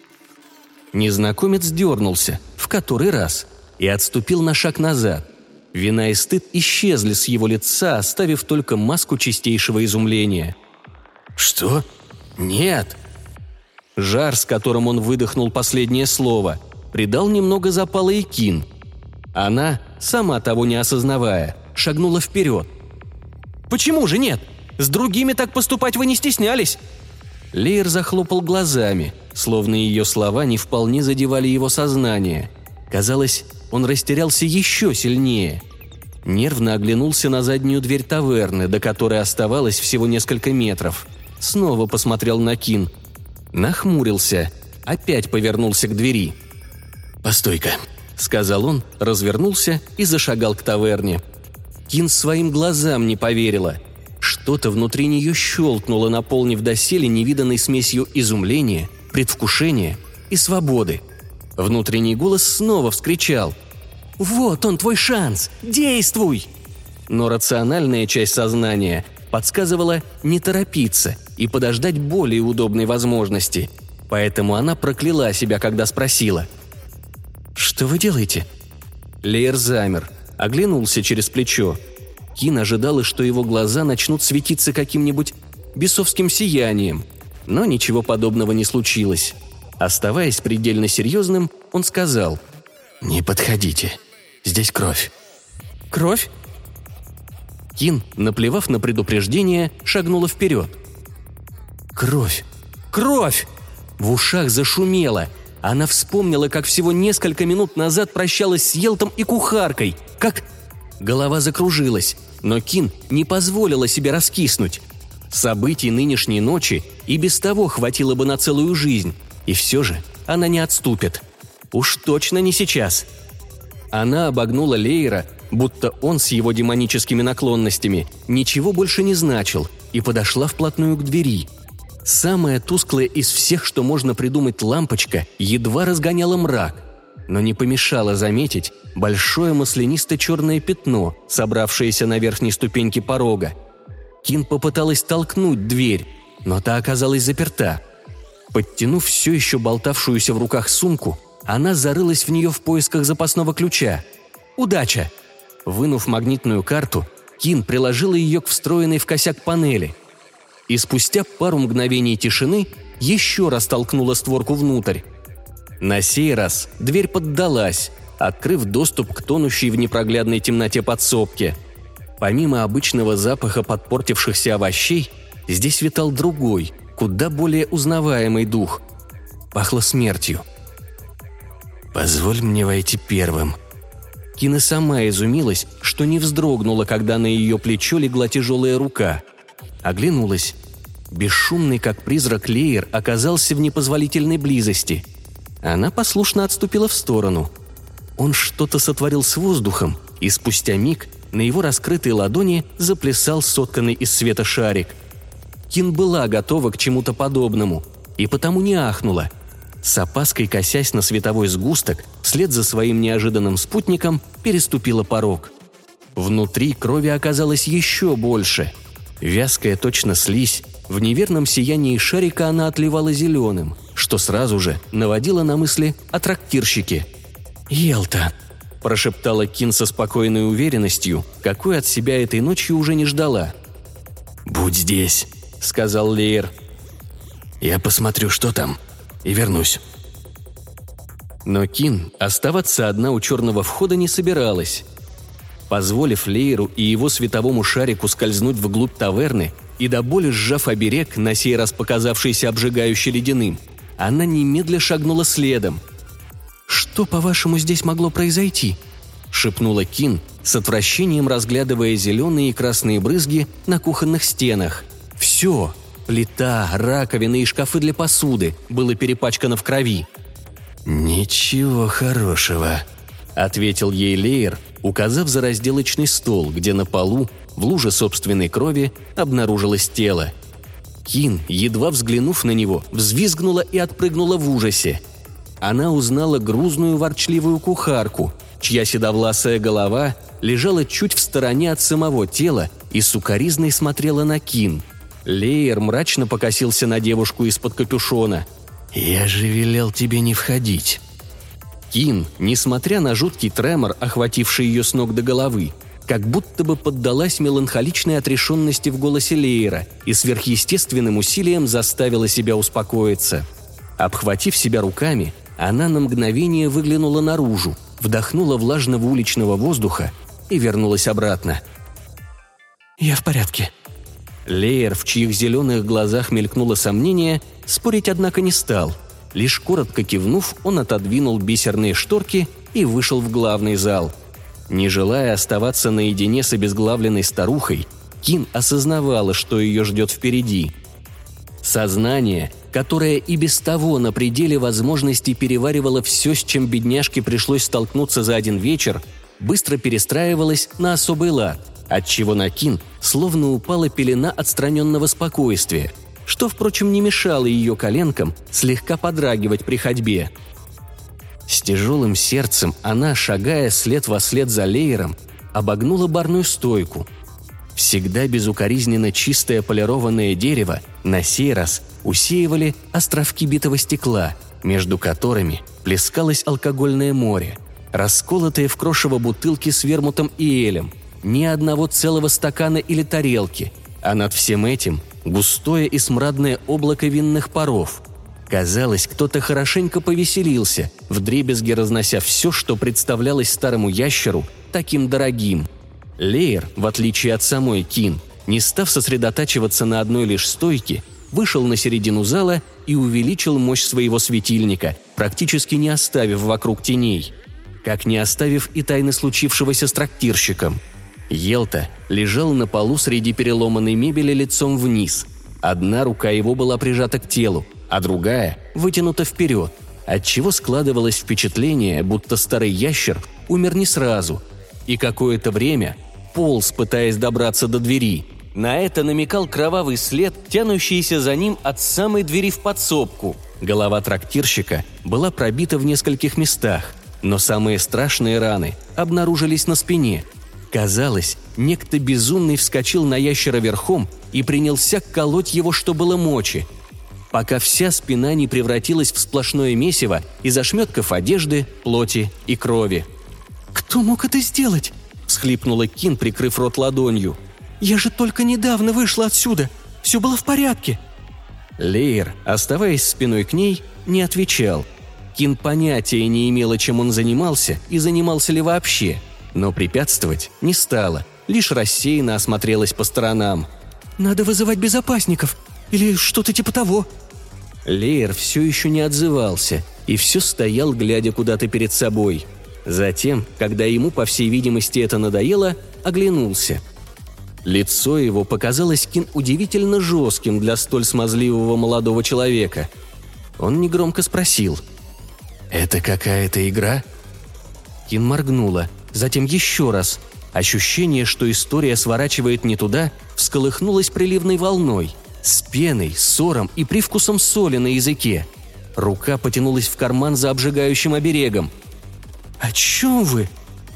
Незнакомец дернулся, в который раз, и отступил на шаг назад. Вина и стыд исчезли с его лица, оставив только маску чистейшего изумления. «Что? Нет!» Жар, с которым он выдохнул последнее слово, придал немного запала и Кин. Она, сама того не осознавая, шагнула вперед. «Почему же нет? С другими так поступать вы не стеснялись!» Леер захлопал глазами, словно ее слова не вполне задевали его сознание. Казалось, он растерялся еще сильнее. Нервно оглянулся на заднюю дверь таверны, до которой оставалось всего несколько метров. Снова посмотрел на Кин. Нахмурился, опять повернулся к двери. «Постой-ка», — сказал он, развернулся и зашагал к таверне. Кин своим глазам не поверила. Что-то внутри нее щелкнуло, наполнив доселе невиданной смесью изумления, предвкушения и свободы. Внутренний голос снова вскричал: «Вот он, твой шанс! Действуй!» Но рациональная часть сознания подсказывала не торопиться и подождать более удобной возможности. Поэтому она прокляла себя, когда спросила: «Что вы делаете?» Леер замер, оглянулся через плечо. Кин ожидала, что его глаза начнут светиться каким-нибудь бесовским сиянием, но ничего подобного не случилось. Оставаясь предельно серьезным, он сказал: «Не подходите. Здесь кровь». «Кровь?» Кин, наплевав на предупреждение, шагнула вперед. «Кровь! Кровь!» В ушах зашумело. Она вспомнила, как всего несколько минут назад прощалась с Елтом и кухаркой. Как... Голова закружилась, но Кин не позволила себе раскиснуть. Событий нынешней ночи и без того хватило бы на целую жизнь, и все же она не отступит. Уж точно не сейчас. Она обогнула Лейера, будто он с его демоническими наклонностями ничего больше не значил, и подошла вплотную к двери. Самая тусклая из всех, что можно придумать, лампочка едва разгоняла мрак, но не помешала заметить большое маслянисто-черное пятно, собравшееся на верхней ступеньке порога. Кин попыталась толкнуть дверь, но та оказалась заперта. Подтянув все еще болтавшуюся в руках сумку, она зарылась в нее в поисках запасного ключа. Удача! Вынув магнитную карту, Кин приложила ее к встроенной в косяк панели. И спустя пару мгновений тишины еще раз толкнула створку внутрь. На сей раз дверь поддалась, открыв доступ к тонущей в непроглядной темноте подсобке. Помимо обычного запаха подпортившихся овощей, здесь витал другой, куда более узнаваемый дух. Пахло смертью. «Позволь мне войти первым». Кин и сама изумилась, что не вздрогнула, когда на ее плечо легла тяжелая рука. Оглянулась. Бесшумный, как призрак, Лейер оказался в непозволительной близости. Она послушно отступила в сторону. Он что-то сотворил с воздухом, и спустя миг на его раскрытой ладони заплясал сотканный из света шарик. Кин была готова к чему-то подобному, и потому не ахнула. С опаской косясь на световой сгусток, вслед за своим неожиданным спутником переступила порог. Внутри крови оказалось еще больше. Вязкая точно слизь, в неверном сиянии шарика она отливала зеленым, что сразу же наводило на мысли о трактирщике. «Елта», – прошептала Кин со спокойной уверенностью, какой от себя этой ночью уже не ждала. «Будь здесь», – сказал Лейер. «Я посмотрю, что там, и вернусь». Но Кин оставаться одна у черного входа не собиралась. Позволив Лейеру и его световому шарику скользнуть вглубь таверны и до боли сжав оберег, на сей раз показавшийся обжигающе ледяным, она немедля шагнула следом. «Что, по-вашему, здесь могло произойти?» – шепнула Кин, с отвращением разглядывая зеленые и красные брызги на кухонных стенах. Все – плита, раковины и шкафы для посуды – было перепачкано в крови. «Ничего хорошего», – ответил ей Лейер, указав за разделочный стол, где на полу, в луже собственной крови, обнаружилось тело. Кин, едва взглянув на него, взвизгнула и отпрыгнула в ужасе. Она узнала грузную ворчливую кухарку, чья седовласая голова лежала чуть в стороне от самого тела и сукоризной смотрела на Кин. Лейер мрачно покосился на девушку из-под капюшона. «Я же велел тебе не входить». Кин, несмотря на жуткий тремор, охвативший ее с ног до головы, как будто бы поддалась меланхоличной отрешенности в голосе Лейера и сверхъестественным усилием заставила себя успокоиться. Обхватив себя руками, она на мгновение выглянула наружу, вдохнула влажного уличного воздуха и вернулась обратно. «Я в порядке». Лейер, в чьих зеленых глазах мелькнуло сомнение, спорить, однако, не стал. Лишь коротко кивнув, он отодвинул бисерные шторки и вышел в главный зал. Не желая оставаться наедине с обезглавленной старухой, Кин осознавала, что ее ждет впереди. Сознание, которое и без того на пределе возможностей переваривало все, с чем бедняжке пришлось столкнуться за один вечер, быстро перестраивалось на особый лад, отчего на Кин словно упала пелена отстраненного спокойствия, что, впрочем, не мешало ее коленкам слегка подрагивать при ходьбе. С тяжелым сердцем она, шагая след во след за Лейером, обогнула барную стойку. Всегда безукоризненно чистое полированное дерево на сей раз усеивали островки битого стекла, между которыми плескалось алкогольное море, расколотые в крошево бутылки с вермутом и элем, ни одного целого стакана или тарелки, а над всем этим густое и смрадное облако винных паров. Казалось, кто-то хорошенько повеселился, вдребезги разнося все, что представлялось старому ящеру таким дорогим. Лейер, в отличие от самой Кин, не став сосредотачиваться на одной лишь стойке, вышел на середину зала и увеличил мощь своего светильника, практически не оставив вокруг теней, как не оставив и тайны случившегося с трактирщиком. Елта лежал на полу среди переломанной мебели лицом вниз. Одна рука его была прижата к телу, а другая вытянута вперед, отчего складывалось впечатление, будто старый ящер умер не сразу и какое-то время полз, пытаясь добраться до двери. На это намекал кровавый след, тянущийся за ним от самой двери в подсобку. Голова трактирщика была пробита в нескольких местах, но самые страшные раны обнаружились на спине. Казалось, некто безумный вскочил на ящера верхом и принялся колоть его, что было мочи, пока вся спина не превратилась в сплошное месиво из ошметков одежды, плоти и крови. «Кто мог это сделать?» – всхлипнула Кин, прикрыв рот ладонью. «Я же только недавно вышла отсюда. Все было в порядке». Леер, оставаясь спиной к ней, не отвечал. Кин понятия не имела, чем он занимался и занимался ли вообще, но препятствовать не стала, лишь рассеянно осмотрелась по сторонам. «Надо вызывать безопасников или что-то типа того». Леер все еще не отзывался и все стоял, глядя куда-то перед собой. Затем, когда ему, по всей видимости, это надоело, оглянулся. Лицо его показалось Кин удивительно жестким для столь смазливого молодого человека. Он негромко спросил: «Это какая-то игра?» Кин моргнула, затем еще раз. Ощущение, что история сворачивает не туда, всколыхнулось приливной волной, с пеной, ссором и привкусом соли на языке. Рука потянулась в карман за обжигающим оберегом. «О чем вы?»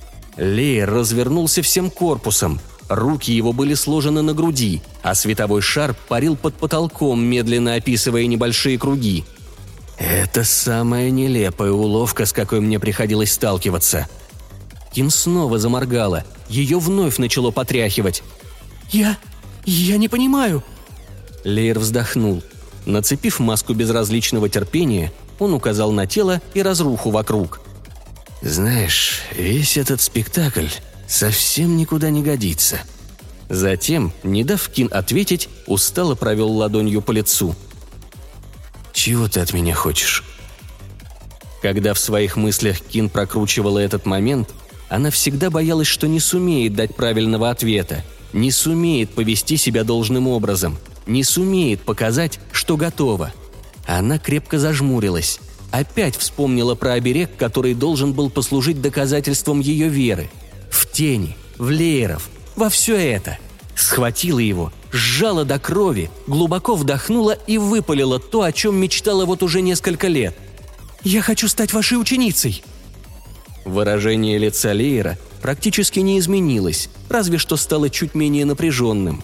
Леер развернулся всем корпусом. Руки его были сложены на груди, а световой шар парил под потолком, медленно описывая небольшие круги. Это самая нелепая уловка, с какой мне приходилось сталкиваться. Кин снова заморгала, ее вновь начало потряхивать. Я не понимаю». Леер вздохнул. Нацепив маску безразличного терпения, он указал на тело и разруху вокруг. «Знаешь, весь этот спектакль совсем никуда не годится». Затем, не дав Кин ответить, устало провел ладонью по лицу. «Чего ты от меня хочешь?» Когда в своих мыслях Кин прокручивала этот момент, она всегда боялась, что не сумеет дать правильного ответа, не сумеет повести себя должным образом, не сумеет показать, что готова. Она крепко зажмурилась. Опять вспомнила про оберег, который должен был послужить доказательством ее веры. В тени, в Лееров, во все это. Схватила его, сжала до крови, глубоко вдохнула и выпалила то, о чем мечтала вот уже несколько лет. «Я хочу стать вашей ученицей!» Выражение лица Леера практически не изменилось, разве что стало чуть менее напряженным.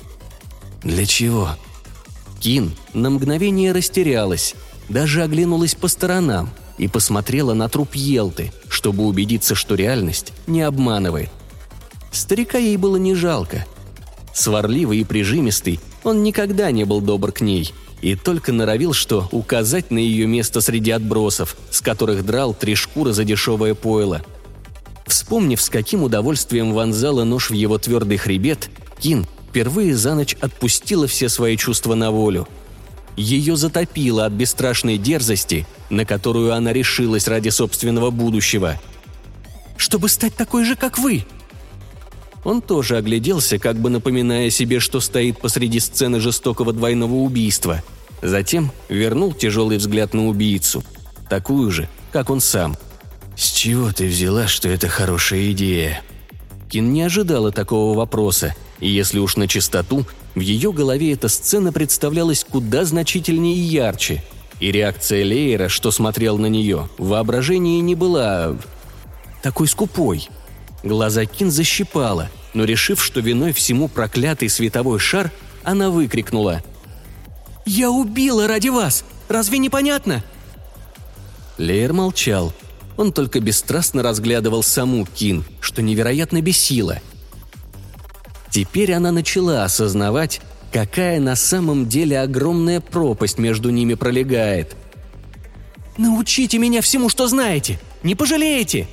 «Для чего?» Кин на мгновение растерялась, даже оглянулась по сторонам и посмотрела на труп Елты, чтобы убедиться, что реальность не обманывает. Старика ей было не жалко. Сварливый и прижимистый, он никогда не был добр к ней и только норовил что указать на ее место среди отбросов, с которых драл 3 шкуры за дешевое пойло. Вспомнив, с каким удовольствием вонзала нож в его твердый хребет, Кин впервые за ночь отпустила все свои чувства на волю. Ее затопило от бесстрашной дерзости, на которую она решилась ради собственного будущего. «Чтобы стать такой же, как вы!» Он тоже огляделся, как бы напоминая себе, что стоит посреди сцены жестокого двойного убийства. Затем вернул тяжелый взгляд на убийцу, такую же, как он сам. «С чего ты взяла, что это хорошая идея?» Кин не ожидала такого вопроса, и если уж на чистоту, в ее голове эта сцена представлялась куда значительнее и ярче. И реакция Леера, что смотрел на нее, в воображении не была такой скупой. Глаза Кин защипала, но, решив, что виной всему проклятый световой шар, она выкрикнула: «Я убила ради вас! Разве не понятно?» Леер молчал. Он только бесстрастно разглядывал саму Кин, что невероятно бесило. Теперь она начала осознавать, какая на самом деле огромная пропасть между ними пролегает. «Научите меня всему, что знаете! Не пожалеете!»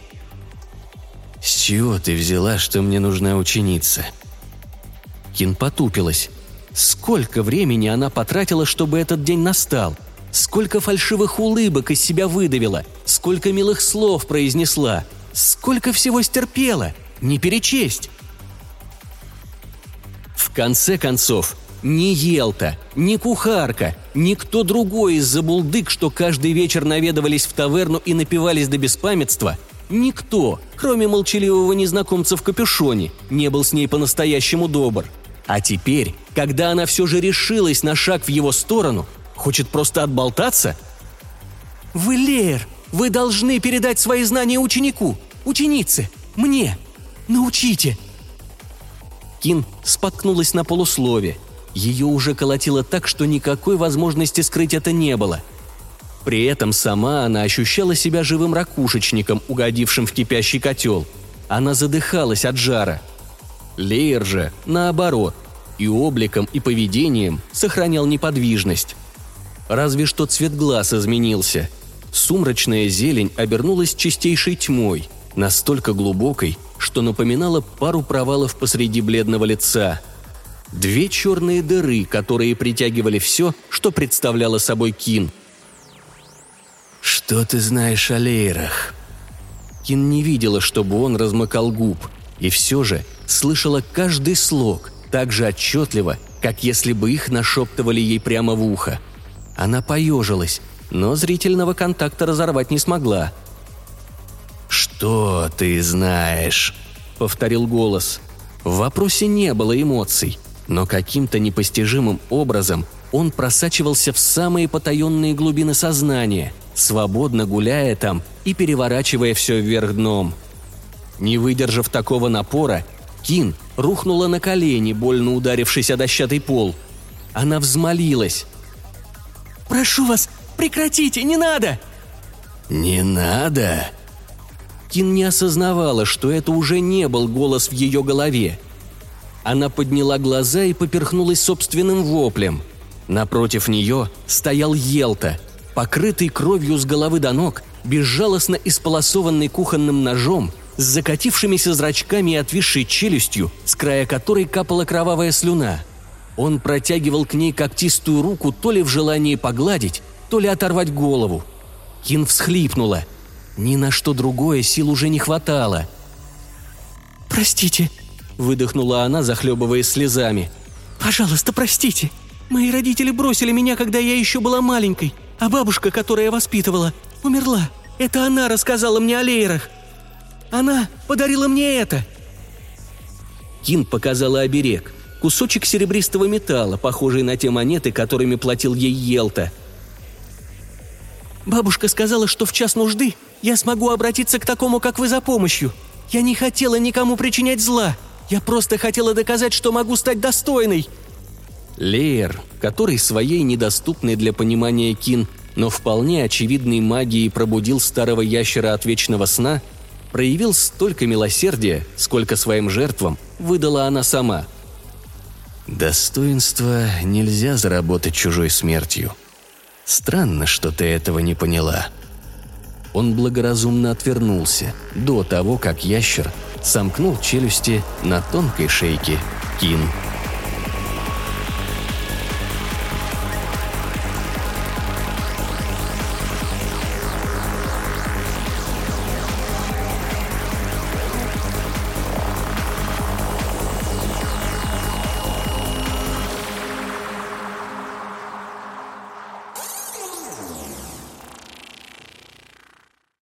«С чего ты взяла, что мне нужна ученица?» Кин потупилась. Сколько времени она потратила, чтобы этот день настал? Сколько фальшивых улыбок из себя выдавила? Сколько милых слов произнесла? Сколько всего стерпела? Не перечесть! конце концов, ни Елта, ни кухарка, никто другой из забулдык, что каждый вечер наведывались в таверну и напивались до беспамятства, никто, кроме молчаливого незнакомца в капюшоне, не был с ней по-настоящему добр. А теперь, когда она все же решилась на шаг в его сторону, хочет просто отболтаться? «Вы, Леер, вы должны передать свои знания ученику, ученице, мне. Научите!» Кин споткнулась на полуслове. Ее уже колотило так, что никакой возможности скрыть это не было. При этом сама она ощущала себя живым ракушечником, угодившим в кипящий котел. Она задыхалась от жара. Леер же, наоборот, и обликом, и поведением сохранял неподвижность. Разве что цвет глаз изменился. Сумрачная зелень обернулась чистейшей тьмой, настолько глубокой, что напоминала пару провалов посреди бледного лица. 2 черные дыры, которые притягивали все, что представляло собой Кин. «Что ты знаешь о Леерах?» Кин не видела, чтобы он размыкал губ, и все же слышала каждый слог так же отчетливо, как если бы их нашептывали ей прямо в ухо. Она поежилась, но зрительного контакта разорвать не смогла. «Что ты знаешь?» — повторил голос. В вопросе не было эмоций, но каким-то непостижимым образом он просачивался в самые потаенные глубины сознания, свободно гуляя там и переворачивая все вверх дном. Не выдержав такого напора, Кин рухнула на колени, больно ударившись о дощатый пол. Она взмолилась. «Прошу вас, прекратите, не надо!» «Не надо?» Кин не осознавала, что это уже не был голос в ее голове. Она подняла глаза и поперхнулась собственным воплем. Напротив нее стоял Елта, покрытый кровью с головы до ног, безжалостно исполосованный кухонным ножом, с закатившимися зрачками и отвисшей челюстью, с края которой капала кровавая слюна. Он протягивал к ней когтистую руку то ли в желании погладить, то ли оторвать голову. Кин всхлипнула. Ни на что другое сил уже не хватало. «Простите», — выдохнула она, захлебываясь слезами. «Пожалуйста, простите. Мои родители бросили меня, когда я еще была маленькой, а бабушка, которая воспитывала, умерла. Это она рассказала мне о Леерах. Она подарила мне это». Кин показала оберег. Кусочек серебристого металла, похожий на те монеты, которыми платил ей Елта. «Бабушка сказала, что в час нужды я смогу обратиться к такому, как вы, за помощью. Я не хотела никому причинять зла. Я просто хотела доказать, что могу стать достойной». Леер, который своей недоступной для понимания Кин, но вполне очевидной магией пробудил старого ящера от вечного сна, проявил столько милосердия, сколько своим жертвам выдала она сама. «Достоинство нельзя заработать чужой смертью. Странно, что ты этого не поняла». Он благоразумно отвернулся до того, как ящер сомкнул челюсти на тонкой шейке Кин.